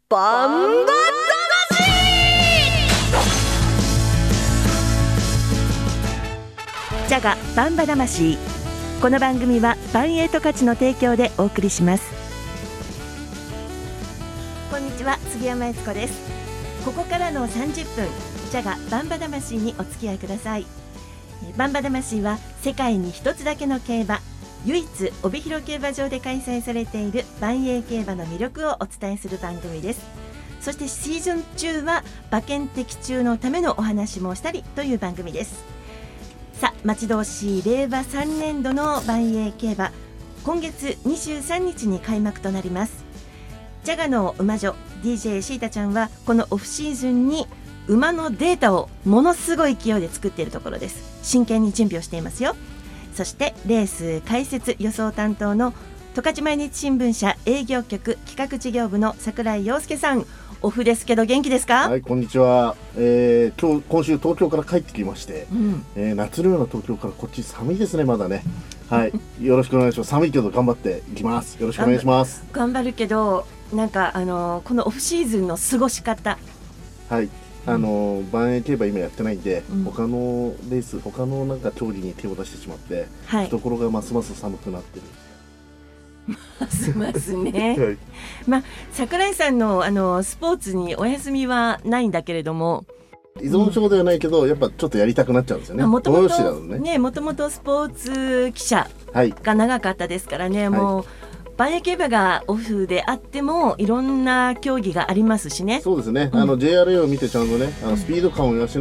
バンバ魂。 ジャガバンバ魂。この番組はバンエイト価値の提供でお送りします。こんにちは、杉山悦子です。ここからの30分、ジャガバンバ魂にお付き合いください。バンバ魂は世界に一つだけの競馬、唯一帯広競馬場で開催されている万栄競馬の魅力をお伝えする番組です。そしてシーズン中は馬券的中のためのお話もしたりという番組です。さあ、待ち遠しい令和3年度の万栄競馬、今月23日に開幕となります。ジャガの馬女 DJ シータちゃんはこのオフシーズンに馬のデータをものすごい勢いで作っているところです。真剣に準備をしていますよ。そしてレース解説予想担当の十勝毎日新聞社営業局企画事業部の櫻井陽介さん、オフですけど元気ですか？ はい、こんにちは。今週東京から帰ってきまして、夏のような東京からこっち寒いですね、まだね。はい、よろしくお願いします。寒いけど頑張っていきます。よろしくお願いします。 頑張るけど、なんかこのオフシーズンの過ごし方、 はい、万栄競馬今やってないんで、他のレース、他のなんか競技に手を出してしまって、懐がますます寒くなってる。 ますますね。 はい、 櫻井さんのスポーツにお休みはないんだけれども、 依存症ではないけど、やっぱちょっとやりたくなっちゃうんですよね。 もともとスポーツ記者が長かったですからね、もう万栄競馬がオフであってもいろんな競技がありますしね。 そうですね、JRA を見てちゃんとね、スピード感を養って、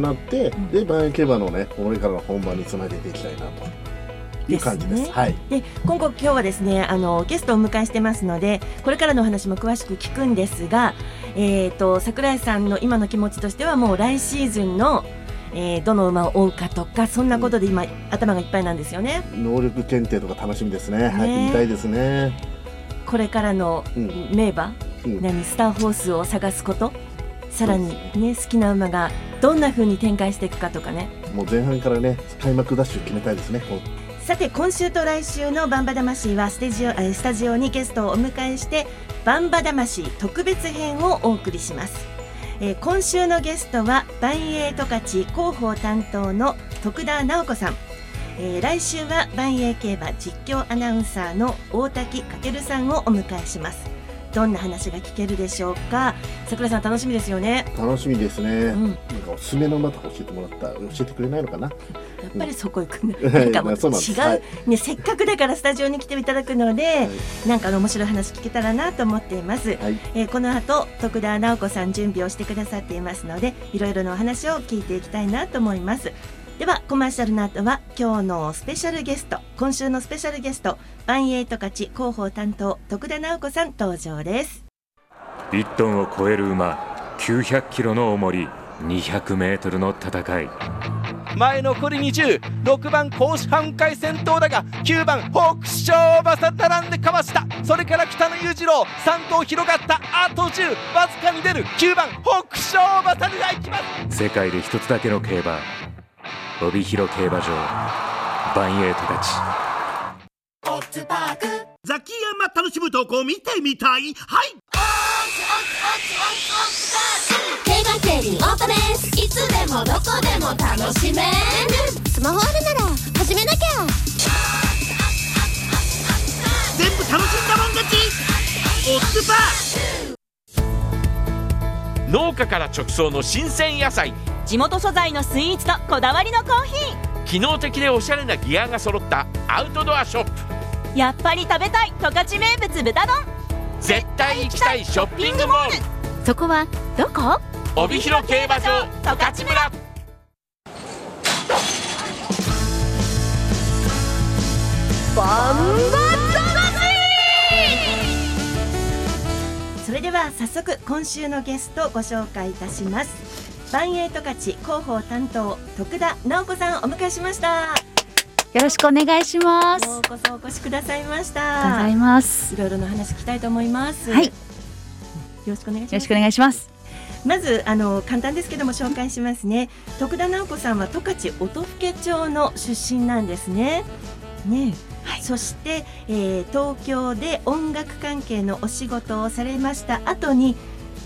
で万栄競馬のね、これからの本番につなげていきたいなという感じです。はい、で今日はですね、ゲストをお迎えしてますので、これからのお話も詳しく聞くんですが、櫻井さんの今の気持ちとしては、もう来シーズンのどの馬を追うかとか、そんなことで今、頭がいっぱいなんですよね。 能力検定とか楽しみですね。早く見たいですね。 これからの名馬、スターホースを探すこと、さらに、好きな馬がどんな風に展開していくかとかね、もう前半からね、開幕ダッシュ決めたいですね。 さて、今週と来週のバンバ魂はスタジオにゲストをお迎えしてバンバ魂特別編をお送りします。今週のゲストは万栄十勝広報担当の徳田直子さん、来週は万栄競馬実況アナウンサーの大滝翔さんをお迎えします。どんな話が聞けるでしょうか。櫻井さん、楽しみですよね。 楽しみですね。なんかおすすめの馬とか教えてくれないのかな。 やっぱりそこ行くんだ。なんかもう違う、せっかくだからスタジオに来ていただくので、なんか面白い話聞けたらなと思っています。この後徳田直子さん準備をしてくださっていますので、いろいろなお話を聞いていきたいなと思います。ではコマーシャルの後は今日のスペシャルゲスト、今週のスペシャルゲスト、万栄十勝広報担当徳田直子さん登場です。 1トンを超える馬、900キロの重り、200メートルの戦い。 前残り20、6番甲子半回先頭だが、9番北勝馬さん並んでかわした。それから北野裕次郎、3頭広がった。あと10、わずかに出る9番北勝馬さんが行きます。 世界で一つだけの競馬、帯広競馬場、万栄十勝。 ザキヤマ楽しむ投稿見てみたい。はい、 競馬競輪オートレース、いつでもどこでも楽しめる。スマホあるなら始めなきゃ。 全部楽しんだもん勝ち。オッズパー。 農家から直送の新鮮野菜、 地元素材のスイーツとこだわりのコーヒー、 機能的でおしゃれなギアが揃ったアウトドアショップ。 やっぱり食べたい十勝名物豚丼。 絶対行きたいショッピングモール。 そこはどこ？ 帯広競馬場十勝村。 バンバそれでは早速今週のゲストをご紹介いたします。万栄十勝広報担当徳田直子さんをお迎えしました。 よろしくお願いします。 ようこそお越しくださいました。 ありがとうございます。 いろいろな話聞きたいと思います。 はい、よろしくお願いします。 よろしくお願いします。 まず簡単ですけども紹介しますね。徳田直子さんは十勝音更町の出身なんですね。そして、東京で音楽関係のお仕事をされました後に、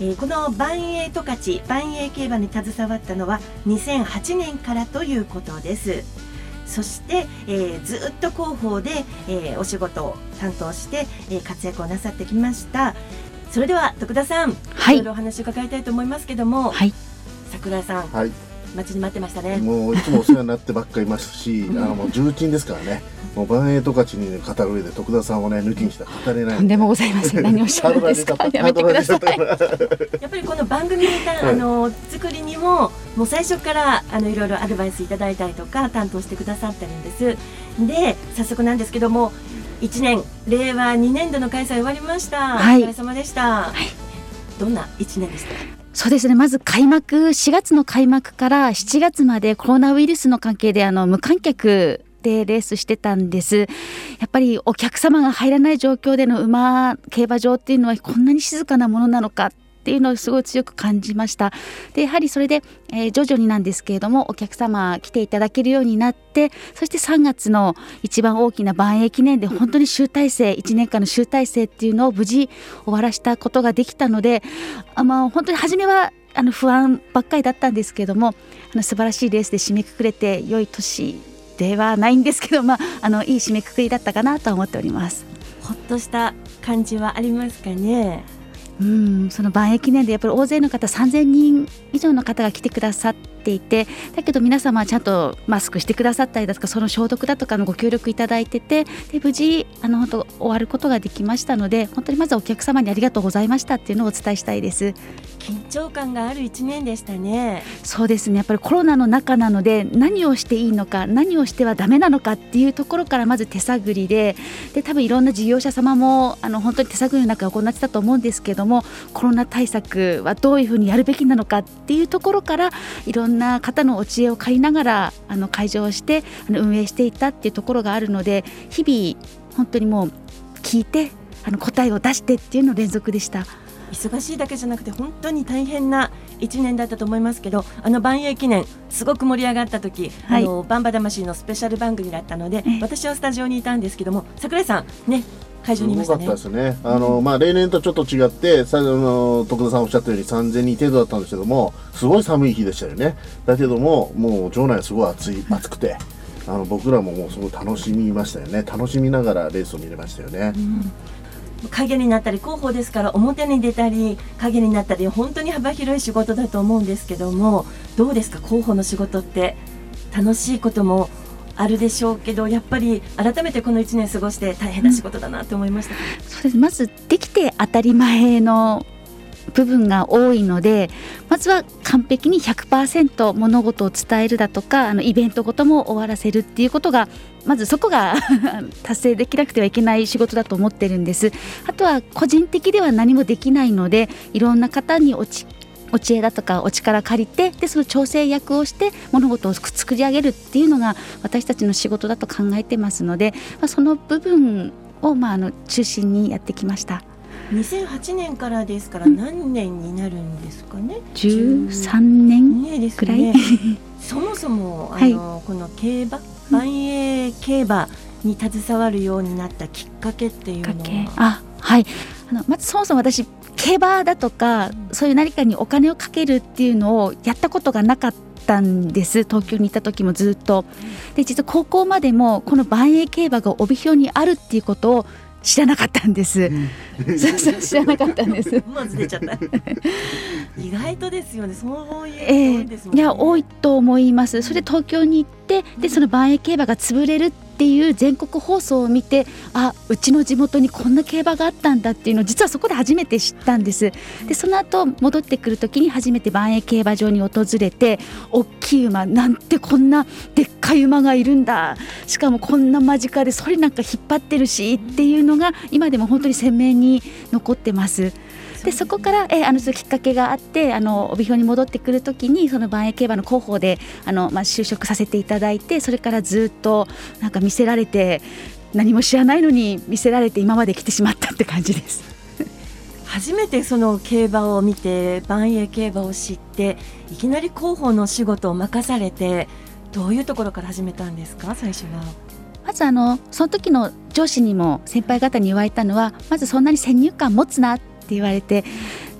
この万栄十勝万栄競馬に携わったのは2008年からということです。そして、ずっと広報で、お仕事を担当して、活躍をなさってきました。それでは徳田さん、 はい、 いろいろお話を伺いたいと思いますけども、はい、桜井さん、はい、待ちに待ってましたね。 もういつもお世話になってばっかりいますしもう重鎮ですからね。もう万栄十勝に、ね、語る上で徳田さんをね抜きにしたら語れない。 とんでもございません。何をおっしゃるんですか。やめてください。 やっぱりこの番組作りにももう最初からいろいろアドバイスいただいたりとか担当してくださってるんです。で早速なんですけども、1年令和2年度の開催終わりました。はい、お疲れ様でした。はい、どんな1年でしたか。 そうですね、まず4月の開幕から7月までコロナウイルスの関係で無観客でレースしてたんです。やっぱりお客様が入らない状況での競馬場っていうのはこんなに静かなものなのかっていうのをすごい強く感じました。でやはりそれで、徐々になんですけれどもお客様来ていただけるようになって、そして3月の一番大きな万栄記念で本当に集大成、1年間の集大成っていうのを無事終わらしたことができたので、本当に初めは不安ばっかりだったんですけども、素晴らしいレースで締めくくれて良い年ではないんですけど、いい締めくくりだったかなと思っております。 ほっとした感じはありますかね。 その万栄記念でやっぱり大勢の方、3000人以上の方が来てくださっていて、だけど皆様はちゃんとマスクしてくださったりだとか、その消毒だとかのご協力いただいてて、で無事本当終わることができましたので、本当にまずお客様にありがとうございましたっていうのをお伝えしたいです。 緊張感がある1年でしたね。 そうですね、やっぱりコロナの中なので何をしていいのか何をしてはダメなのかっていうところからまず手探りで多分いろんな事業者様も本当に手探りの中行ってたと思うんですけども、コロナ対策はどういうふうにやるべきなのかっていうところからいろんな方のお知恵を借りながら会場をして運営していたっていうところがあるので、日々本当にもう聞いて答えを出してっていうの連続でした。 忙しいだけじゃなくて本当に大変な1年だったと思いますけど、万栄記念すごく盛り上がった時、はい、バンバ魂のスペシャル番組だったので、私はスタジオにいたんですけども、桜井さんね会場にいましたね。 すごかったですね。例年とちょっと違って徳田さんおっしゃったように3000人程度だったんですけども、すごい寒い日でしたよね。だけどももう場内はすごい暑くて僕らももうすごい楽しみましたよね。楽しみながらレースを見れましたよね。 影になったり広報ですから表に出たり影になったり本当に幅広い仕事だと思うんですけども、どうですか広報の仕事って。楽しいこともあるでしょうけど、やっぱり改めてこの1年過ごして大変な仕事だなと思いました。 そうです。まずできて当たり前の部分が多いので、まずは完璧に 100% 物事を伝えるだとかイベントごとも終わらせるっていうことが、まずそこが達成できなくてはいけない仕事だと思ってるんです。あとは個人的では何もできないので、いろんな方にお知恵だとかお力借りて、でその調整役をして物事を作り上げるっていうのが私たちの仕事だと考えてますので、その部分を中心にやってきました。 2008年からですから何年になるんですかね。 13年くらい、 そもそもこの競馬万栄競馬に携わるようになったきっかけっていうのは。 はい、まずそもそも私競馬だとかそういう何かにお金をかけるっていうのをやったことがなかったんです。東京にいた時もずっとで、実は高校までもこの万栄競馬が帯広にあるっていうことを知らなかったんです。知らなかったんです。 まず出ちゃった意外とですよね。そういうですもんね。 いや多いと思います。それで東京に行って、でその万栄競馬が潰れるっていう全国放送を見て、うちの地元にこんな競馬があったんだっていうのを実はそこで初めて知ったんです。でその後戻ってくる時に初めて万栄競馬場に訪れて、大きい馬なんてこんなでっかい馬がいるんだ、しかもこんな間近でそれなんか引っ張ってるしっていうのが今でも本当に鮮明に残ってます。でそこからきっかけがあって、帯広に戻ってくるときにその万栄競馬の広報で就職させていただいて、それからずっとなんか見せられて、何も知らないのに見せられて今まで来てしまったって感じです。 初めてその競馬を見て万栄競馬を知って、いきなり広報の仕事を任されて、どういうところから始めたんですか最初は。 まずその時の上司にも先輩方に言われたのは、まずそんなに先入観持つなって言われて、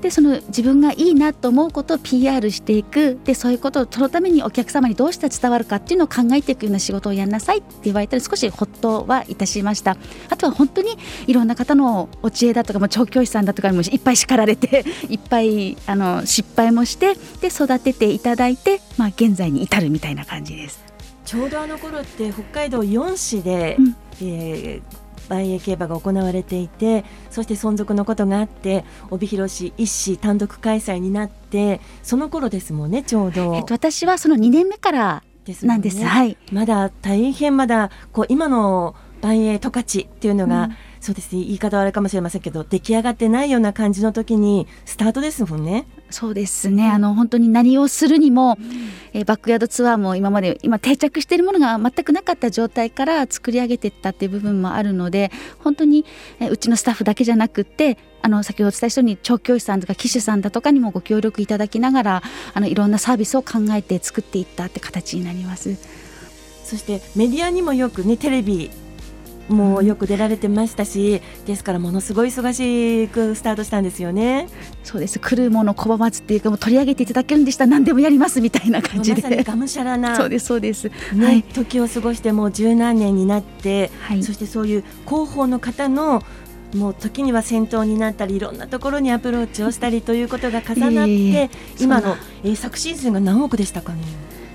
でその自分がいいなと思うことを PR していく。でそういうことをそのためにお客様にどうしたら伝わるかっていうのを考えていくような仕事をやんなさいって言われたら少しほっとはいたしました。あとは本当にいろんな方のお知恵だとかも調教師さんだとかにもいっぱい叱られていっぱい失敗もしてで育てていただいて、現在に至るみたいな感じです。 ちょうどあの頃って北海道4市で、万栄競馬が行われていて、そして存続のことがあって帯広市1市単独開催になって、その頃ですもんねちょうど。 私はその2年目からなんです。はい、 まだ大変こう今の万栄十勝っていうのが、そうですね、言い方はあれかもしれませんけど出来上がってないような感じの時にスタートですもんね。 そうですね、本当に何をするにも、バックヤードツアーも今定着しているものが全くなかった状態から作り上げていったっていう部分もあるので、本当にうちのスタッフだけじゃなくって先ほどお伝えしたように調教師さんとか騎手さんだとかにもご協力いただきながらいろんなサービスを考えて作っていったって形になります。 そしてメディアにもよくね、テレビもうよく出られてましたし、ですからものすごい忙しくスタートしたんですよね。 そうです。来るもの拒まずっていうか、もう取り上げていただけるんでしたら何でもやりますみたいな感じで、 まさにがむしゃらなそうですそうです、 時を過ごしてもう十何年になって、そしてそういう広報の方のもう時には先頭になったりいろんなところにアプローチをしたりということが重なって、今の、昨シーズンが何億でしたかね。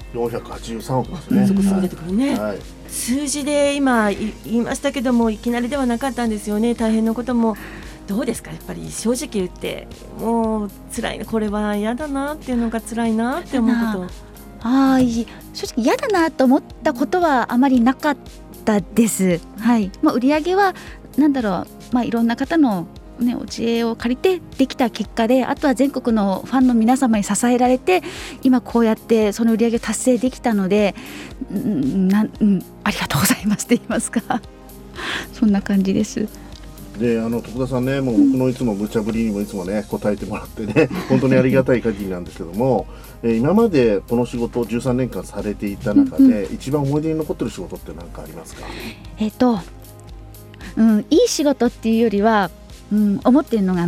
483億ですね。 そこすぐ出てくるね、数字で今言いましたけどもいきなりではなかったんですよね。大変なこともどうですか、やっぱり正直言ってもう辛い、これは嫌だなっていうのが辛いなって思うこと。 正直嫌だなと思ったことはあまりなかったです。売り上げはいろんな方のお知恵を借りてできた結果で、あとは全国のファンの皆様に支えられて今こうやってその売り上げを達成できたので、ありがとうございますって言いますかそんな感じです。 で徳田さんね、もう僕のいつも無茶ぶりにもいつもね答えてもらってね本当にありがたい限りなんですけども、今までこの仕事を13年間されていた中で、一番思い出に残ってる仕事って何かありますか？ いい仕事っていうよりは、思っているのが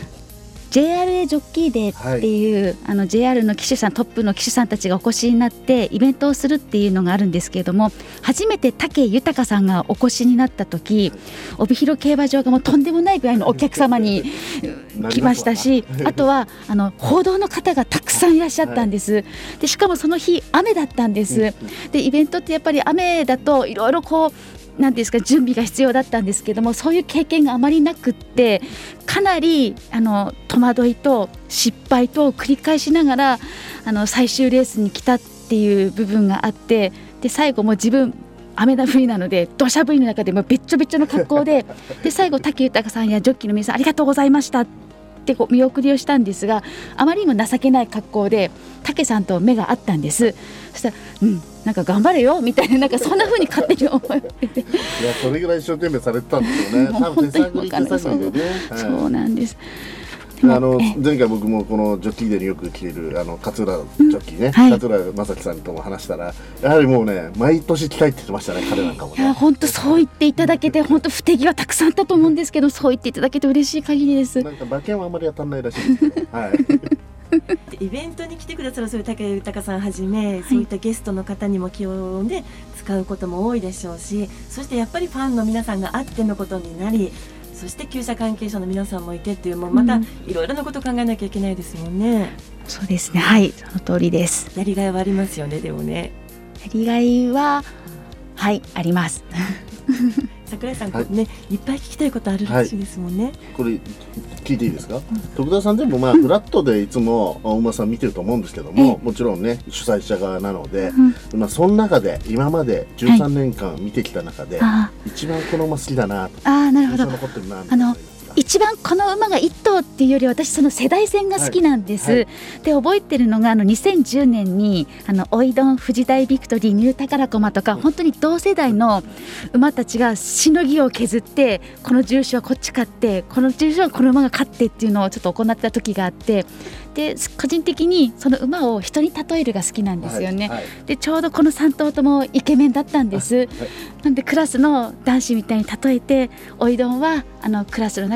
JRA ジョッキーデーっていう、JR の騎手さん、トップの騎手さんたちがお越しになってイベントをするっていうのがあるんですけれども、初めて武豊さんがお越しになった時、帯広競馬場がもうとんでもないぐらいのお客様に来ましたしあとは報道の方がたくさんいらっしゃったんです。でしかもその日雨だったんです。でイベントってやっぱり雨だといろいろなんですか、準備が必要だったんですけども、そういう経験があまりなくって、かなり戸惑いと失敗と繰り返しながら最終レースに来たっていう部分があって、で最後も自分雨降りなので土砂降りの中でもべっちょべちょの格好で最後武豊さんやジョッキーの皆さんありがとうございましたって見送りをしたんですが、あまりにも情けない格好で武さんと目が合ったんです。そしたらなんか頑張れよみたいな、そんな風に勝手に思ってていや、それぐらい一生懸命されてたんですよね。多分手探りでね。 そうなんです。 前回僕もこのジョッキーデーによく来ている勝浦ジョッキーね、勝浦正樹さんとも話したら、やはりもうね毎年来たいって言ってましたね、彼なんかもね。 いや本当そう言っていただけて、本当不手際たくさんあったと思うんですけど、そう言っていただけて嬉しい限りです。 なんか馬券はあんまり当たんないらしいですけどイベントに来てくださるそういう武豊さんはじめ、そういったゲストの方にも気をね使うことも多いでしょうし、そしてやっぱりファンの皆さんがあってのことになり、そして厩舎関係者の皆さんもいてっていう、もうまたいろいろなことを考えなきゃいけないですもんね。 そうですね、はい、その通りです。 やりがいはありますよね。でもね、 やりがいはあります桜井さん、ね、いっぱい聞きたいことあるらしいですもんね。 これ聞いていいですか？徳田さんでもフラットでいつも馬さん見てると思うんですけども、もちろんね主催者側なので、その中で今まで13年間見てきた中で、一番この馬好きだなと、 なるほど、 残ってるなみたいな。 一番この馬が1頭っていうより、私その世代戦が好きなんです、で覚えてるのが2010年にオイドン、富士大ビクトリー、ニュー宝駒とか、本当に同世代の馬たちがしのぎを削って、この重賞はこっち勝って、この重賞はこの馬が勝ってっていうのをちょっと行った時があって、で個人的にその馬を人に例えるが好きなんですよね、でちょうどこの3頭ともイケメンだったんです、なんでクラスの男子みたいに例えて、オイドンはクラスの中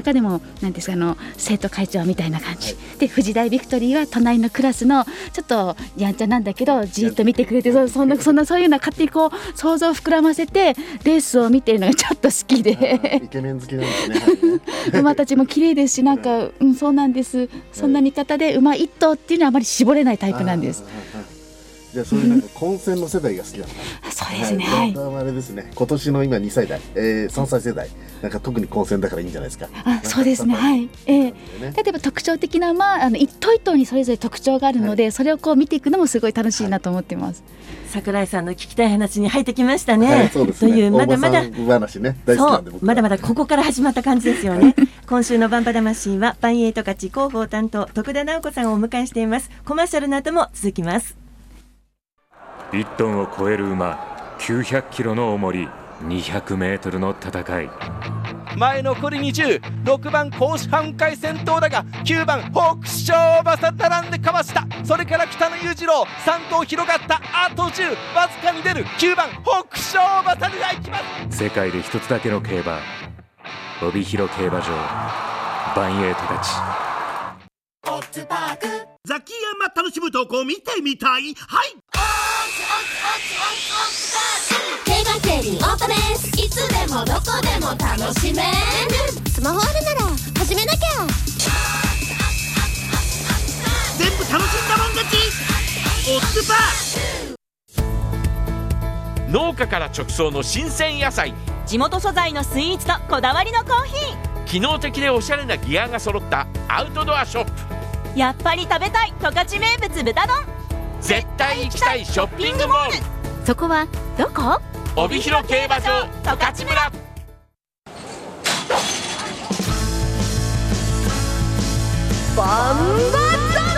中でも何ですか生徒会長みたいな感じ、で藤大ビクトリーは隣のクラスのちょっとやんちゃなんだけどじっと見てくれて、そういうような勝手にこう想像を膨らませてレースを見てるのがちょっと好きでイケメン好きなんですね馬たちも綺麗ですし、なんか、そうなんです。そんな見方で馬一頭っていうのはあまり絞れないタイプなんです。 じゃあそういうなんか混戦の世代が好きなのかな。そうですね。はい。あれですね。今年の今2歳代、3歳世代なんか特に混戦だからいいんじゃないですか。 そうですね。はい。例えば特徴的な馬、一頭一頭にそれぞれ特徴があるので、それをこう見ていくのもすごい楽しいなと思ってます。 桜井さんの聞きたい話に入ってきましたね。 はい、そうですね。 というまだまだ話ね、大好きなんで僕まだまだここから始まった感じですよね。今週のバンバ魂はバンエイト勝ち広報担当徳田直子さんをお迎えしています。コマーシャルの後も続きます。 1トンを超える馬、900キロの重り、200メートルの戦い。 前残り20、6番甲子半回先頭だが9番北勝馬さん並んでかわした。それから北野裕次郎3頭広がった。あと10、わずかに出る9番北勝馬さんが行きます。 世界で一つだけの競馬、帯広競馬場、バンエイト勝ち。 ザキヤマ楽しむ投稿見てみたい。はい、 競馬競輪オートレース、いつでもどこでも楽しめる。スマホあるなら始めなきゃ。 全部楽しんだもん勝ち。オッズパー。 農家から直送の新鮮野菜、 地元素材のスイーツとこだわりのコーヒー、 機能的でおしゃれなギアが揃ったアウトドアショップ。 やっぱり食べたい十勝名物豚丼。 絶対行きたいショッピングモール。 そこはどこ？ 帯広競馬場十勝村。 バンバ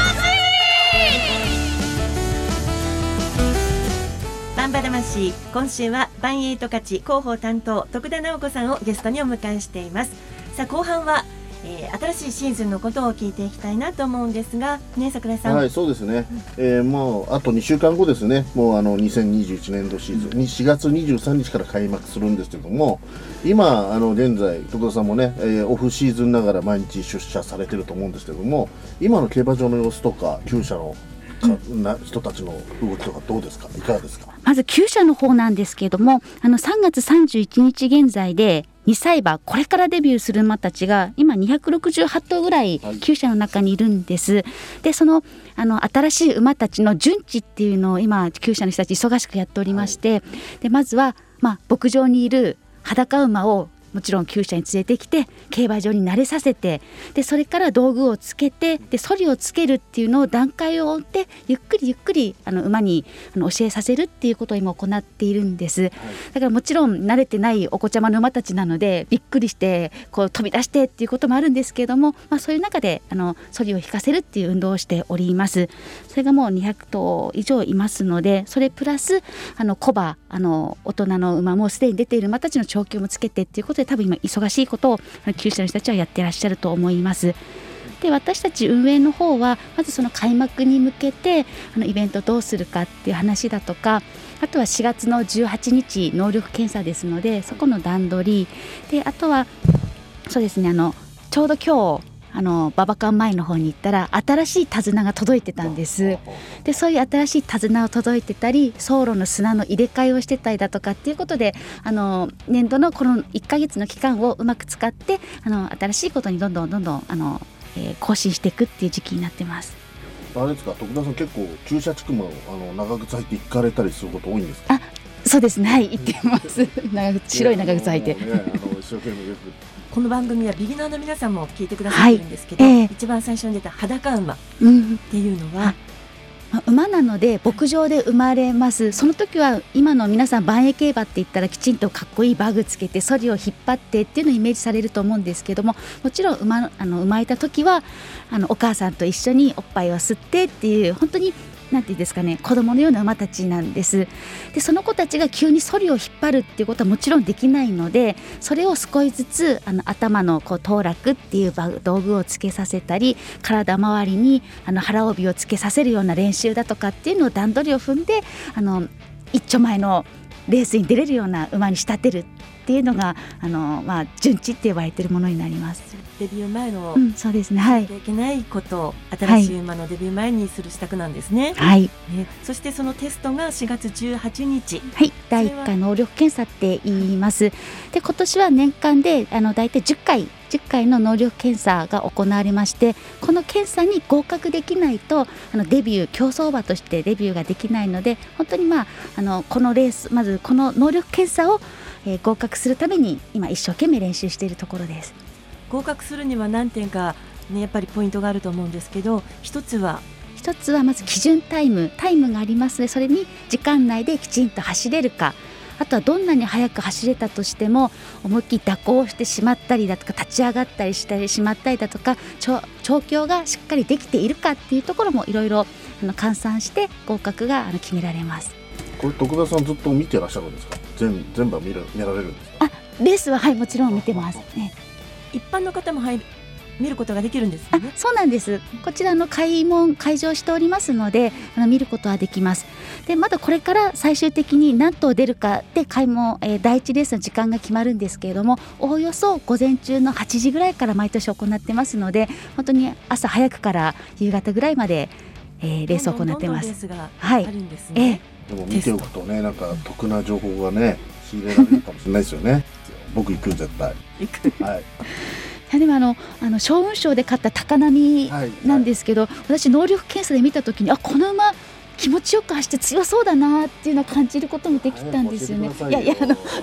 バンバ魂、今週はバンエイト勝ち広報担当徳田直子さんをゲストにお迎えしています。さあ後半は新しいシーズンのことを聞いていきたいなと思うんですがね、桜井さん。 はい、そうですね。もうあと2週間後ですね。もう2021年度シーズンに4月23日から開幕するんですけども、今現在徳田さんもね、オフシーズンながら毎日出社されてると思うんですけども、今の競馬場の様子とか厩舎の人たちの動きとかどうですか、いかがですか。 まず厩舎の方なんですけれども、3月31日現在で2歳馬、これからデビューする馬たちが今268頭ぐらい厩舎の中にいるんです。でその新しい馬たちの順次っていうのを今厩舎の人たち忙しくやっておりまして、でまずは、牧場にいる裸馬をもちろん厩舎に連れてきて競馬場に慣れさせて、でそれから道具をつけて、でソリをつけるっていうのを段階を追ってゆっくりゆっくり馬に教えさせるっていうことを今行っているんです。だからもちろん慣れてないお子ちゃまの馬たちなのでびっくりしてこう飛び出してっていうこともあるんですけれども、そういう中でソリを引かせるっていう運動をしております。それがもう200頭以上いますので、それプラス小馬大人の馬もすでに出ている馬たちの調教もつけてっていうことで、多分今忙しいことを厩舎の人たちはやってらっしゃると思います。で私たち運営の方はまずその開幕に向けてイベントどうするかっていう話だとか、あとは4月の18日能力検査ですのでそこの段取りで、あとはそうですね、ちょうど今日馬場館前の方に行ったら新しい手綱が届いてたんです。でそういう新しい手綱を届いてたり、走路の砂の入れ替えをしてたりだとかっていうことで、年度のこの1ヶ月の期間をうまく使って新しいことにどんどん更新していくっていう時期になってます。 あれですか、徳田さん結構駐車地区も長靴履いて行かれたりすること多いんですか。 そうですね、はい、行ってます白い長靴履いて、 一生懸命よくこの番組はビギナーの皆さんも聞いてくださってるんですけど、一番最初に出た裸馬っていうのは、 馬なので牧場で生まれます。その時は今の皆さん万栄競馬って言ったらきちんとかっこいいバグつけてソリを引っ張ってっていうのをイメージされると思うんですけども、もちろん生まれた時はお母さんと一緒におっぱいを吸ってっていう本当になんていうんですかね、子供のような馬たちなんです。でその子たちが急にソリを引っ張るっていうことはもちろんできないので、それを少しずつ頭の頭楽っていう道具をつけさせたり、体周りに腹帯をつけさせるような練習だとかっていうのを段取りを踏んで一丁前のレースに出れるような馬に仕立てるっていうのが順知って呼ばれているものになります。 デビュー前の、 そうですね、はい、 できないことを新しい馬のデビュー前にする支度なんですね。 はい、 そしてそのテストが4月18日、 はい、第1回能力検査って言います。で今年は年間で大体10回の能力検査が行われまして、この検査に合格できないとデビュー競走馬としてデビューができないので、本当にこのレースまずこの能力検査を、合格するために今一生懸命練習しているところです。 合格するには何点か、やっぱりポイントがあると思うんですけど、一つはまず基準タイムがありますので、それに時間内できちんと走れるか、あとはどんなに速く走れたとしても思いっきり蛇行してしまったりだとか、立ち上がったりしてしまったりだとか、調教がしっかりできているかっていうところもいろいろ換算して合格が決められます。 これ徳田さんずっと見てらっしゃるんですか？全部見られるんですか？ レースははいもちろん見てます、 一般の方も見ることができるんですよね。 そうなんです。こちらの開場しておりますので見ることはできます。でまだこれから最終的に何頭出るかで第1レースの時間が決まるんですけれども、おおよそ午前中の8時ぐらいから毎年行ってますので、本当に朝早くから夕方ぐらいまで、レースを行ってます。 レースがあるんですね。 でも見ておくとね、なんか得な情報がね仕入れられるかもしれないですよね。僕行く絶対。はい。 でも将軍賞で勝った高波なんですけど、私能力検査で見たときにこの馬気持ちよく走って強そうだなっていうのを感じることもできたんですよね。いや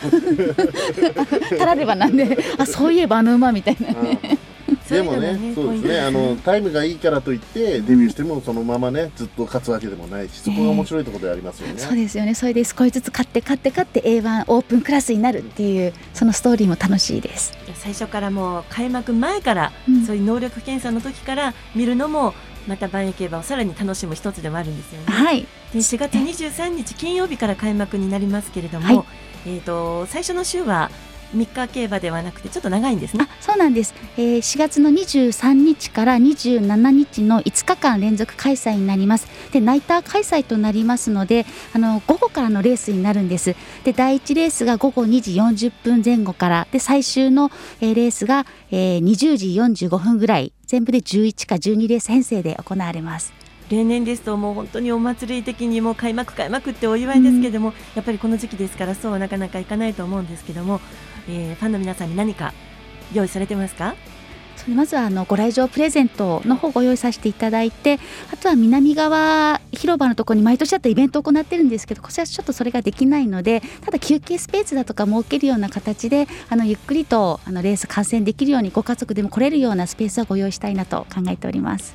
たらればなんでそういえば馬みたいなね。 でもね、そうですね、タイムがいいからといってデビューしてもそのままねずっと勝つわけでもないし、そこが面白いところでありますよね。 そうですよね。それで少しずつ勝って A1 オープンクラスになるっていうそのストーリーも楽しいです。 最初からもう開幕前から、そういう能力検査の時から見るのもまた万栄競馬をさらに楽しむ一つでもあるんですよね。 はい。 で4月23日金曜日から開幕になりますけれども、最初の週は3日競馬ではなくてちょっと長いんですね。 そうなんです、4月の23日から27日の5日間連続開催になります。でナイター開催となりますので午後からのレースになるんです。で第1レースが午後2時40分前後からで、最終の、レースが、20時45分ぐらい、全部で11か12レース編成で行われます。 例年ですともう本当にお祭り的にも開幕ってお祝いですけども、やっぱりこの時期ですからそうはなかなかいかないと思うんですけども、ファンの皆さんに何か用意されてますか？ まずはご来場プレゼントの方ご用意させていただいて、あとは南側広場のところに毎年だったイベントを行ってるんですけど、こちらちょっとそれができないので、ただ休憩スペースだとか設けるような形でゆっくりとレース観戦できるように、ご家族でも来れるようなスペースをご用意したいなと考えております。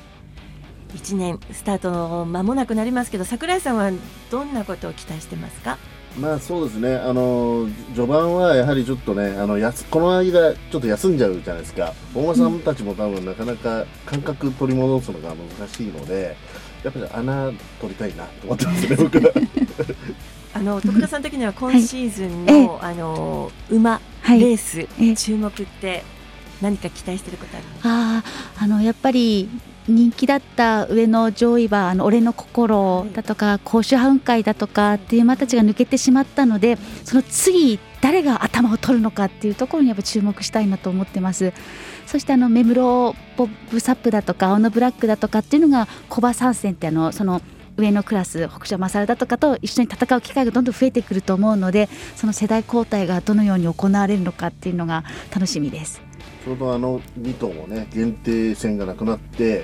1年スタート間もなくなりますけど、櫻井さんはどんなことを期待してますか？ そうですね、序盤はやはりちょっとねこの間ちょっと休んじゃうじゃないですか。大間さんたちも多分なかなか感覚取り戻すのが難しいので、やっぱり穴取りたいなと思ってますね僕は。 徳田さん的には今シーズンの、馬、レース、注目って何か期待してることありますか？ やっぱり人気だった上野上位馬俺の心だとか甲州ハウン会だとかっていう馬たちが抜けてしまったので、その次誰が頭を取るのかっていうところにやっぱ注目したいなと思ってます。そして目室ボブサップだとか青のブラックだとかっていうのが小馬参戦ってその上のクラス北勝勝だとかと一緒に戦う機会がどんどん増えてくると思うので、その世代交代がどのように行われるのかっていうのが楽しみです。 ちょうど2頭もね限定戦がなくなって、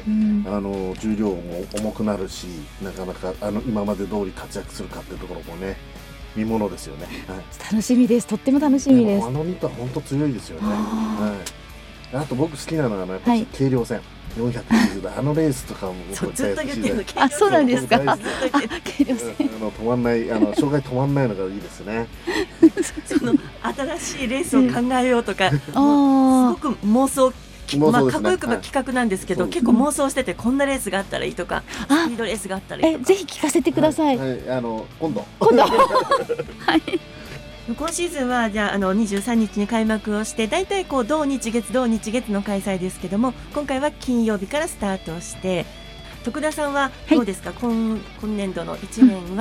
重量も重くなるし、なかなか今まで通り活躍するかっていうところもね見ものですよね。 楽しみです。とっても楽しみです。 2頭は本当強いですよね。あと僕好きなのはやっぱり軽量戦490でレースとかも僕ずっと言ってるの。 そうなんですか。軽量戦止まんない障害止まんないのがいいですね。 その新しいレースを考えようとか、すごく妄想、かっこよくば企画なんですけど、結構妄想しててこんなレースがあったらいいとか、スピードレースがあったらいいとか、 ぜひ聞かせてください。 今度はい今シーズンはじゃあ23日に開幕をして、だいたい同日月の開催ですけども、今回は金曜日からスタートして、徳田さんはどうですか？今年度の1年は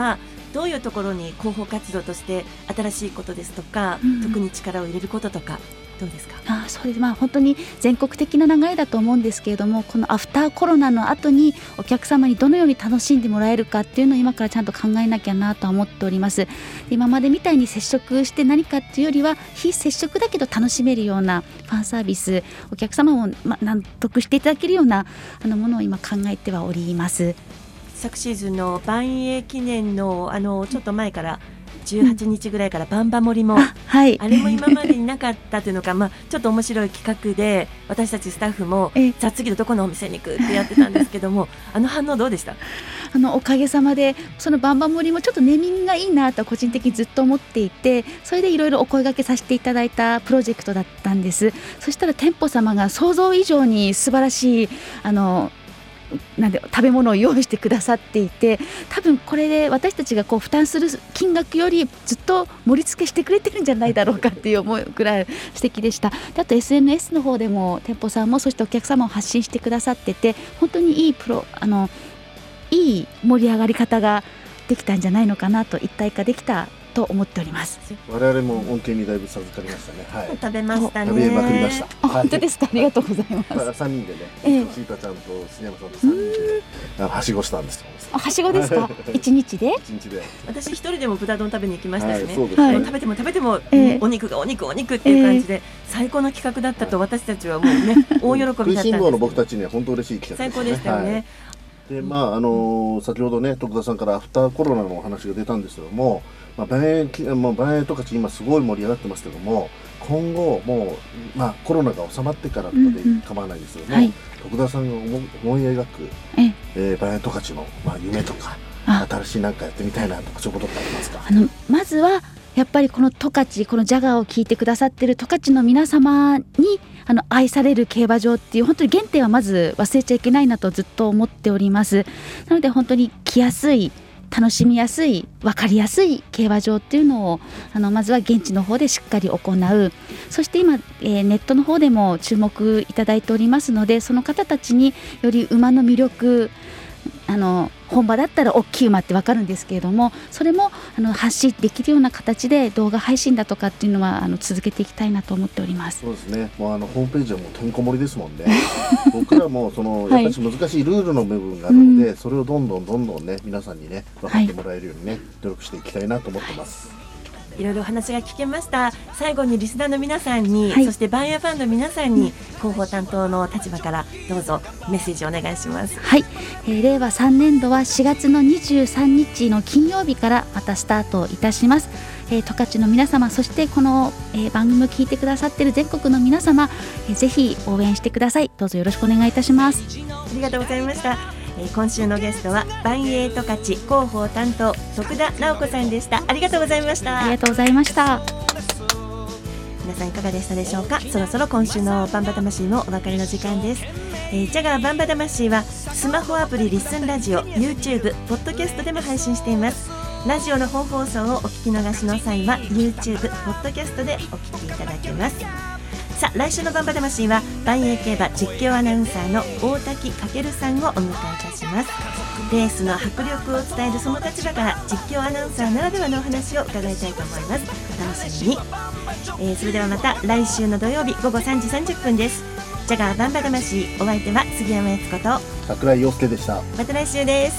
どういうところに広報活動として新しいことですとか、特に力を入れることとかどうですか？ そうです。本当に全国的な流れだと思うんですけれども、このアフターコロナの後にお客様にどのように楽しんでもらえるかっていうのを今からちゃんと考えなきゃなとは思っております。今までみたいに接触して何かっていうよりは非接触だけど楽しめるようなファンサービス、お客様も納得していただけるようなものを今考えてはおります。 昨シーズンの万栄記念のちょっと前から18日ぐらいからバンバ森も、あれも今までになかったというのか、ちょっと面白い企画で私たちスタッフもさあ次のどこのお店に行くってやってたんですけども反応どうでした？ おかげさまでそのバンバ森もちょっとネーミングがいいなと個人的にずっと思っていて、それでいろいろお声掛けさせていただいたプロジェクトだったんです。そしたら店舗様が想像以上に素晴らしい食べ物を用意してくださっていて、多分これで私たちが負担する金額よりずっと盛り付けしてくれてるんじゃないだろうかっていう思うぐらい素敵でした。であと SNS の方でも店舗さんもそしてお客様を発信してくださってて、本当にいいいい盛り上がり方ができたんじゃないのかなと、一体化できたと思っております。 我々も恩恵にだいぶ授かりましたね。 食べましたね。 食べまくりました。 本当ですか？ありがとうございます。 3人でね、シータちゃんと杉山さんと3人ではしごしたんです。 はしごですか？1日で私一人でも豚丼食べに行きましたしね、 食べても、お肉がお肉っていう感じで、最高の企画だったと私たちはもうね、大喜びだったんです。 食いしん坊の僕たちには本当嬉しい企画最高でしたよね。 で先ほどね徳田さんからアフターコロナのお話が出たんですけども、万栄十勝今すごい盛り上がってますけども、今後もう、コロナが収まってからとかで構わないんですけども、徳田さんが思い描く万栄十勝の夢とか新しい何かやってみたいなとか、そういうことってありますか？ まずはやっぱりこの十勝、このジャガーを聞いてくださっている十勝の皆様に愛される競馬場っていう本当に原点はまず忘れちゃいけないなとずっと思っております。なので本当に来やすい、楽しみやすい、分かりやすい競馬場っていうのをまずは現地の方でしっかり行う。そして今、ネットの方でも注目いただいておりますので、その方たちにより馬の魅力、本場だったら大きい馬って分かるんですけれども、それも発信できるような形で動画配信だとかっていうのは続けていきたいなと思っております。 そうですね。もうホームページはもうてんこ盛りですもんね。僕らもやっぱり難しいルールの部分があるので、それをどんどんね皆さんにね分かってもらえるようにね、努力していきたいなと思ってます。 いろいろお話が聞けました。最後にリスナーの皆さんに、そしてバンヤファンの皆さんに広報担当の立場からどうぞメッセージをお願いします。 令和3年度は4月の23日の金曜日からまたスタートいたします。十勝の皆様、そしてこの、番組を聞いてくださっている全国の皆様、ぜひ応援してください。どうぞよろしくお願いいたします。 ありがとうございました。今週のゲストは万栄十勝広報担当徳田直子さんでした。ありがとうございました。 ありがとうございました。 皆さんいかがでしたでしょうか。そろそろ今週のバンバ魂もお別れの時間です。ジャガーバンバ魂はスマホアプリリスンラジオ、 YouTube、ポッドキャストでも配信しています。ラジオの本放送をお聞き逃しの際は YouTube、ポッドキャストでお聞きいただけます。さあ来週のバンバ魂は万栄競馬実況アナウンサーの大滝翔さんをお迎えいたします。レースの迫力を伝えるその立場から実況アナウンサーならではのお話を伺いたいと思います。お楽しみに。それではまた来週の土曜日午後3時30分です。ジャガーバンバ魂、お相手は杉山悦子と櫻井陽介でした。 また来週です。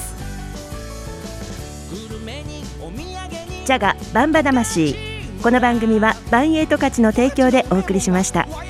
ジャガーバンバ魂、この番組は万栄十勝の提供でお送りしました。